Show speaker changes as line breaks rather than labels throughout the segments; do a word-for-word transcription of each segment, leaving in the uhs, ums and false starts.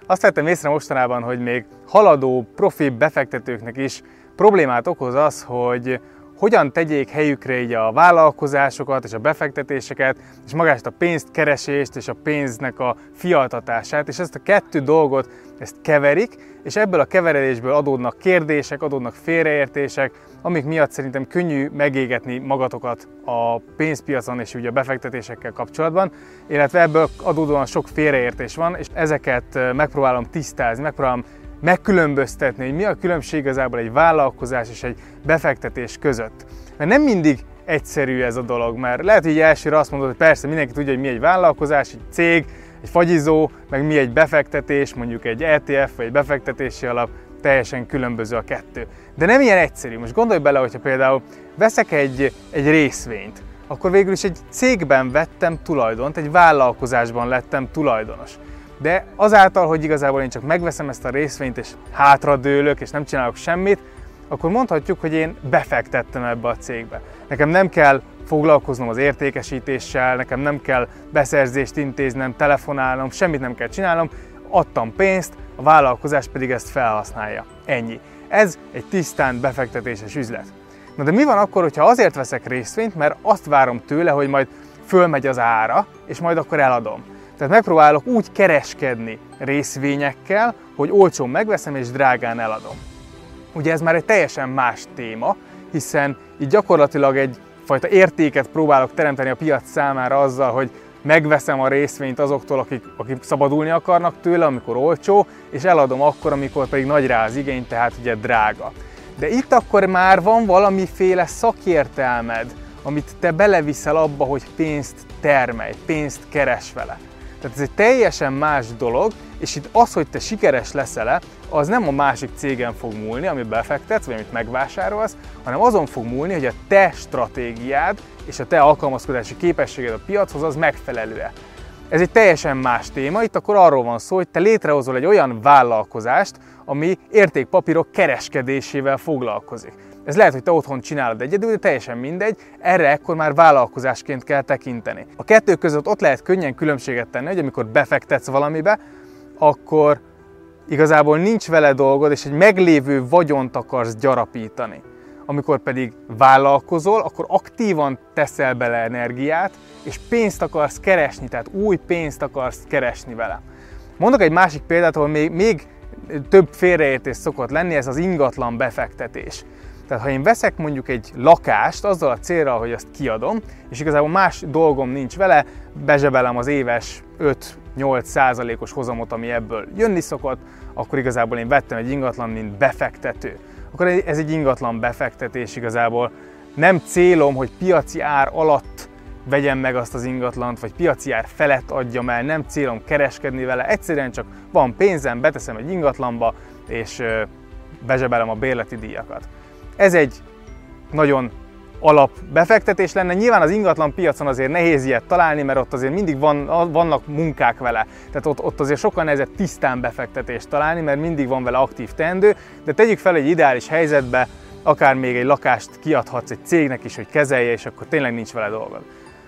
Azt vettem észre mostanában, hogy még haladó, profi befektetőknek is problémát okoz az, hogy hogyan tegyék helyükre így a vállalkozásokat és a befektetéseket, és magát a pénzkeresést és a pénznek a fialtatását, és ezt a kettő dolgot ezt keverik, és ebből a keveredésből adódnak kérdések, adódnak félreértések, amik miatt szerintem könnyű megégetni magatokat a pénzpiacon és ugye a befektetésekkel kapcsolatban, illetve ebből adódóan sok félreértés van, és ezeket megpróbálom tisztázni, megpróbálom megkülönböztetni, hogy mi a különbség igazából egy vállalkozás és egy befektetés között. Mert nem mindig egyszerű ez a dolog, mert lehet, hogy elsőre azt mondod, hogy persze mindenki tudja, hogy mi egy vállalkozás, egy cég, egy fagyizó, meg mi egy befektetés, mondjuk egy é té ef vagy egy befektetési alap, teljesen különböző a kettő. De nem ilyen egyszerű. Most gondolj bele, hogyha például veszek egy, egy részvényt, akkor végül is egy cégben vettem tulajdont, egy vállalkozásban lettem tulajdonos. De azáltal, hogy igazából én csak megveszem ezt a részvényt, és hátradőlök, és nem csinálok semmit, akkor mondhatjuk, hogy én befektettem ebbe a cégbe. Nekem nem kell foglalkoznom az értékesítéssel, nekem nem kell beszerzést intéznem, telefonálnom, semmit nem kell csinálnom, adtam pénzt, a vállalkozás pedig ezt felhasználja. Ennyi. Ez egy tisztán befektetéses üzlet. Na de mi van akkor, hogyha azért veszek részvényt, mert azt várom tőle, hogy majd fölmegy az ára, és majd akkor eladom. Tehát megpróbálok úgy kereskedni részvényekkel, hogy olcsón megveszem és drágán eladom. Ugye ez már egy teljesen más téma, hiszen így gyakorlatilag egyfajta értéket próbálok teremteni a piac számára azzal, hogy megveszem a részvényt azoktól, akik, akik szabadulni akarnak tőle, amikor olcsó, és eladom akkor, amikor pedig nagy rá az igény, tehát ugye drága. De itt akkor már van valamiféle szakértelmed, amit te beleviszel abba, hogy pénzt termelj, pénzt keres vele. Tehát ez egy teljesen más dolog, és itt az, hogy te sikeres leszel-e, az nem a másik cégen fog múlni, amit befektetsz, vagy amit megvásárolsz, hanem azon fog múlni, hogy a te stratégiád és a te alkalmazkodási képességed a piachoz az megfelelő-e. Ez egy teljesen más téma, itt akkor arról van szó, hogy te létrehozol egy olyan vállalkozást, ami értékpapírok kereskedésével foglalkozik. Ez lehet, hogy te otthon csinálod egyedül, de teljesen mindegy, erre ekkor már vállalkozásként kell tekinteni. A kettő között ott lehet könnyen különbséget tenni, hogy amikor befektetsz valamibe, akkor igazából nincs vele dolgod, és egy meglévő vagyont akarsz gyarapítani. Amikor pedig vállalkozol, akkor aktívan teszel bele energiát, és pénzt akarsz keresni, tehát új pénzt akarsz keresni vele. Mondok egy másik példát, ahol még, még több félreértés szokott lenni, ez az ingatlan befektetés. Tehát ha én veszek mondjuk egy lakást azzal a célral, hogy azt kiadom, és igazából más dolgom nincs vele, bezsebelem az éves öt-nyolc százalékos hozamot, ami ebből jönni szokott, akkor igazából én vettem egy ingatlan, mint befektető. Akkor ez egy ingatlan befektetés igazából. Nem célom, hogy piaci ár alatt vegyem meg azt az ingatlant, vagy piaci ár felett adjam el, nem célom kereskedni vele, egyszerűen csak van pénzem, beteszem egy ingatlanba, és bezsebelem a bérleti díjakat. Ez egy nagyon alap befektetés lenne. Nyilván az ingatlan piacon azért nehéz ilyet találni, mert ott azért mindig van, vannak munkák vele. Tehát ott, ott azért sokkal nehezebb tisztán befektetést találni, mert mindig van vele aktív teendő, de tegyük fel egy ideális helyzetbe, akár még egy lakást kiadhatsz egy cégnek is, hogy kezelje, és akkor tényleg nincs vele dolgod.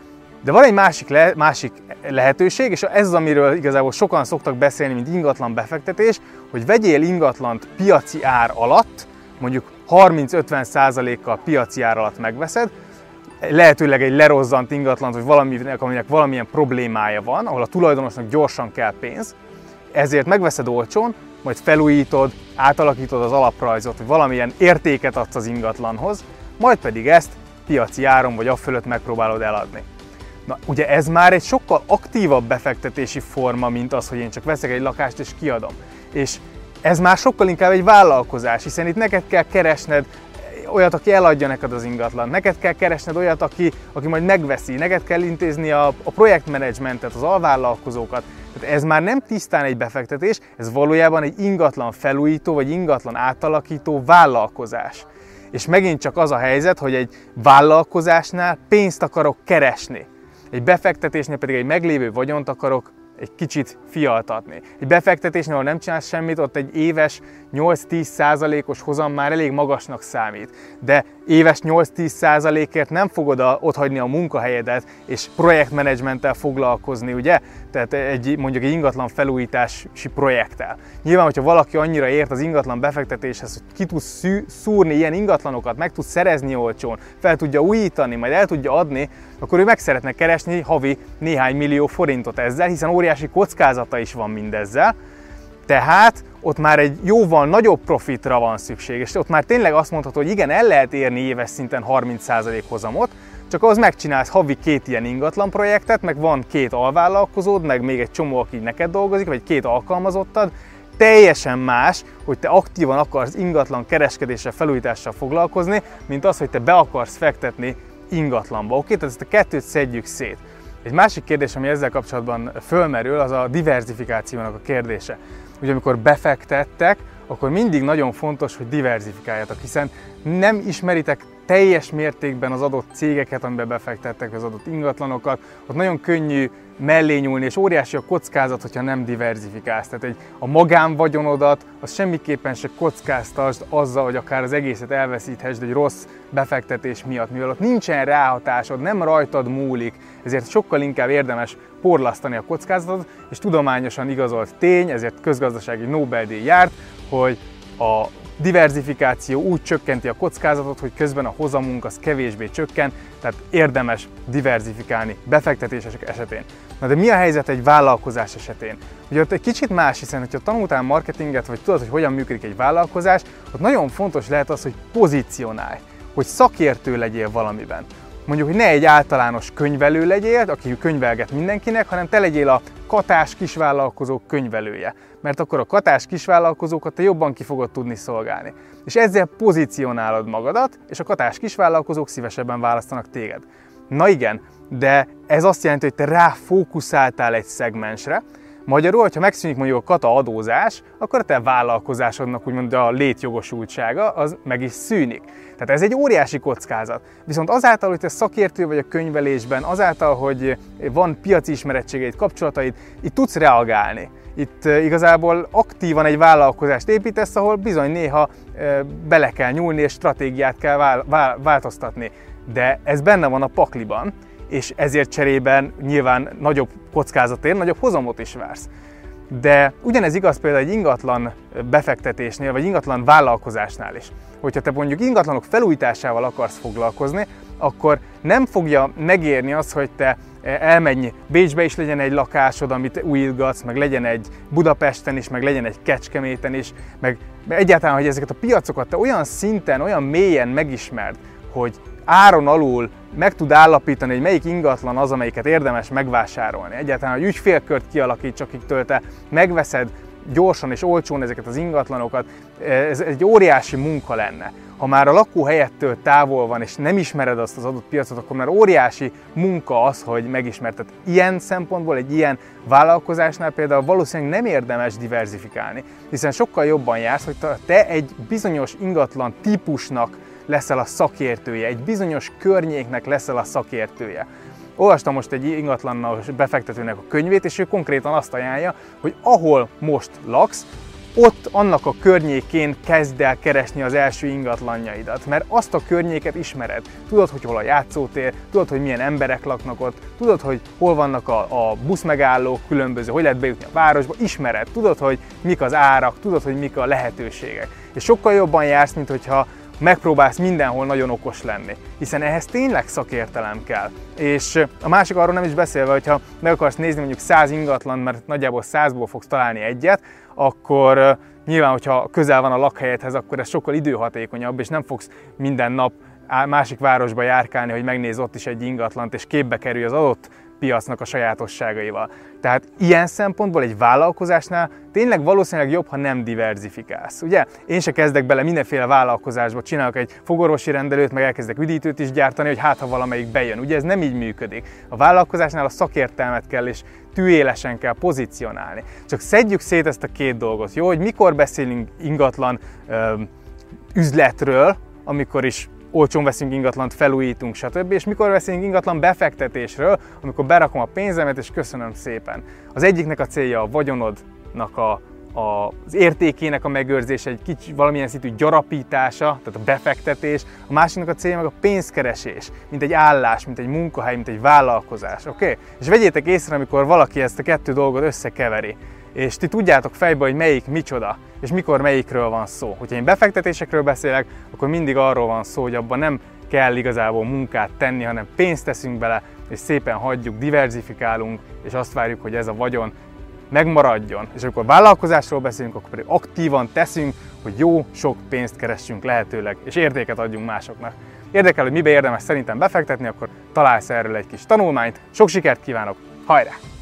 De van egy másik, le, másik lehetőség, és ez az, amiről igazából sokan szoktak beszélni, mint ingatlan befektetés, hogy vegyél ingatlant piaci ár alatt, mondjuk harminc-ötven százalékkal piaci ár alatt megveszed, lehetőleg egy lerozzant ingatlant, vagy valaminek, aminek valamilyen problémája van, ahol a tulajdonosnak gyorsan kell pénz, ezért megveszed olcsón, majd felújítod, átalakítod az alaprajzot, vagy valamilyen értéket adsz az ingatlanhoz, majd pedig ezt piaci áron vagy afölött megpróbálod eladni. Na, ugye ez már egy sokkal aktívabb befektetési forma, mint az, hogy én csak veszek egy lakást és kiadom. És ez már sokkal inkább egy vállalkozás, hiszen itt neked kell keresned olyat, aki eladja neked az ingatlant, neked kell keresned olyat, aki, aki majd megveszi, neked kell intézni a, a projektmenedzsmentet, az alvállalkozókat. Tehát ez már nem tisztán egy befektetés, ez valójában egy ingatlan felújító vagy ingatlan átalakító vállalkozás. És megint csak az a helyzet, hogy egy vállalkozásnál pénzt akarok keresni. Egy befektetésnél pedig egy meglévő vagyont akarok egy kicsit fialtatni. Egy befektetésnél, ahol nem csinálsz semmit, ott egy éves nyolc-tíz százalékos hozam már elég magasnak számít. De éves nyolc-tíz százalékért nem fogod otthagyni a munkahelyedet és projektmenedzsmenttel foglalkozni, ugye? Tehát egy, mondjuk egy ingatlan felújítási projekttel. Nyilván, hogyha valaki annyira ért az ingatlan befektetéshez, hogy ki tudsz szúrni ilyen ingatlanokat, meg tudsz szerezni olcsón, fel tudja újítani, majd el tudja adni, akkor ő meg szeretne keresni havi néhány millió forintot ezzel, hiszen óriási kockázata is van mindezzel. Tehát ott már egy jóval nagyobb profitra van szükség, és ott már tényleg azt mondhatod, hogy igen, el lehet érni éves szinten harminc százalék hozamot, csak ahhoz megcsinálsz havi két ilyen ingatlan projektet, meg van két alvállalkozód, meg még egy csomó, aki neked dolgozik, vagy két alkalmazottad. Teljesen más, hogy te aktívan akarsz ingatlan kereskedéssel, felújítással foglalkozni, mint az, hogy te be akarsz fektetni ingatlanba. Oké, tehát ezt a kettőt szedjük szét. Egy másik kérdés, ami ezzel kapcsolatban fölmerül, az a diverzifikációnak a kérdése. Ugye amikor befektettek, akkor mindig nagyon fontos, hogy diverzifikáljatok, hiszen nem ismeritek teljes mértékben az adott cégeket, amiben befektettek, az adott ingatlanokat, ott nagyon könnyű mellé nyúlni, és óriási a kockázat, hogyha nem diverzifikálsz. Tehát egy, a magánvagyonodat, az semmiképpen se kockáztasd azzal, hogy akár az egészet elveszíthessd egy rossz befektetés miatt, mivel ott nincsen ráhatásod, nem rajtad múlik, ezért sokkal inkább érdemes porlasztani a kockázatot, és tudományosan igazolt tény, ezért közgazdasági Nobel-díj járt, hogy a diverzifikáció úgy csökkenti a kockázatot, hogy közben a hozamunk az kevésbé csökken, tehát érdemes diverzifikálni befektetések esetén. Na de mi a helyzet egy vállalkozás esetén? Ugye ott egy kicsit más, hiszen hogyha tanultál marketinget, vagy tudod, hogy hogyan működik egy vállalkozás, ott nagyon fontos lehet az, hogy pozícionálj, hogy szakértő legyél valamiben. Mondjuk, hogy ne egy általános könyvelő legyél, aki könyvelget mindenkinek, hanem te legyél a katás kisvállalkozók könyvelője. Mert akkor a katás kisvállalkozókat te jobban ki fogod tudni szolgálni. És ezzel pozícionálod magadat, és a katás kisvállalkozók szívesebben választanak téged. Na igen, de ez azt jelenti, hogy te ráfókuszáltál egy szegmensre. Magyarul, hogyha megszűnik mondjuk a kata adózás, akkor a te vállalkozásodnak úgymond a létjogosultsága az meg is szűnik. Tehát ez egy óriási kockázat. Viszont azáltal, hogy te szakértő vagy a könyvelésben, azáltal, hogy van piaci ismerettségeid, kapcsolataid, itt tudsz reagálni. Itt igazából aktívan egy vállalkozást építesz, ahol bizony néha bele kell nyúlni és stratégiát kell változtatni. De ez benne van a pakliban, és ezért cserében nyilván nagyobb kockázatért, nagyobb hozamot is vársz. De ugyanez igaz például egy ingatlan befektetésnél, vagy ingatlan vállalkozásnál is. Hogyha te mondjuk ingatlanok felújításával akarsz foglalkozni, akkor nem fogja megérni az, hogy te elmenj Bécsbe is legyen egy lakásod, amit újítgatsz, meg legyen egy Budapesten is, meg legyen egy Kecskeméten is, meg egyáltalán, hogy ezeket a piacokat te olyan szinten, olyan mélyen megismerd, hogy áron alul meg tud állapítani, hogy melyik ingatlan az, amelyiket érdemes megvásárolni. Egyáltalán, hogy ügyfélkört kialakíts, akiktől te megveszed gyorsan és olcsón ezeket az ingatlanokat, ez egy óriási munka lenne. Ha már a lakóhelyettől távol van, és nem ismered azt az adott piacot, akkor már óriási munka az, hogy megismerted. Ilyen szempontból egy ilyen vállalkozásnál például valószínűleg nem érdemes diverzifikálni, hiszen sokkal jobban jársz, hogy te egy bizonyos ingatlan típusnak leszel a szakértője, egy bizonyos környéknek leszel a szakértője. Olvastam most egy ingatlannos befektetőnek a könyvét, és ő konkrétan azt ajánlja, hogy ahol most laksz, ott annak a környékén kezd el keresni az első ingatlanjaidat, mert azt a környéket ismered. Tudod, hogy hol a játszótér, tudod, hogy milyen emberek laknak ott, tudod, hogy hol vannak a, a buszmegállók, különböző, hogy lehet bejutni a városba, ismered, tudod, hogy mik az árak, tudod, hogy mik a lehetőségek. És sokkal jobban jársz, mint hogyha megpróbálsz mindenhol nagyon okos lenni, hiszen ehhez tényleg szakértelem kell. És a másik arról nem is beszélve, hogyha meg akarsz nézni mondjuk száz ingatlan, mert nagyjából százból fogsz találni egyet, akkor nyilván, hogyha közel van a lakhelyedhez, akkor ez sokkal időhatékonyabb, és nem fogsz minden nap másik városba járkálni, hogy megnézz ott is egy ingatlant, és képbe kerülj az adott piacnak a sajátosságaival. Tehát ilyen szempontból egy vállalkozásnál tényleg valószínűleg jobb, ha nem diverzifikálsz. Ugye? Én se kezdek bele mindenféle vállalkozásba, csinálok egy fogorvosi rendelőt, meg elkezdek üdítőt is gyártani, hogy hát ha valamelyik bejön. Ugye ez nem így működik. A vállalkozásnál a szakértelmet kell és tűélesen kell pozícionálni. Csak szedjük szét ezt a két dolgot, jó? Hogy mikor beszélünk ingatlan ö, üzletről, amikor is olcsón veszünk ingatlant, felújítunk, stb. És mikor veszünk ingatlan befektetésről, amikor berakom a pénzemet, és köszönöm szépen. Az egyiknek a célja a vagyonodnak a, az értékének a megőrzése, egy kicsi valamilyen szintű gyarapítása, tehát a befektetés, a másiknak a célja meg a pénzkeresés, mint egy állás, mint egy munkahely, mint egy vállalkozás, oké? Okay? És vegyétek észre, amikor valaki ezt a kettő dolgot összekeveri, és ti tudjátok fejbe, hogy melyik micsoda, és mikor melyikről van szó. Hogyha én befektetésekről beszélek, akkor mindig arról van szó, hogy abban nem kell igazából munkát tenni, hanem pénzt teszünk bele, és szépen hagyjuk, diverzifikálunk, és azt várjuk, hogy ez a vagyon megmaradjon. És amikor vállalkozásról beszélünk, akkor pedig aktívan teszünk, hogy jó, sok pénzt keressünk lehetőleg, és értéket adjunk másoknak. Érdekel, hogy mibe érdemes szerintem befektetni, akkor találsz erről egy kis tanulmányt. Sok sikert kívánok, hajrá!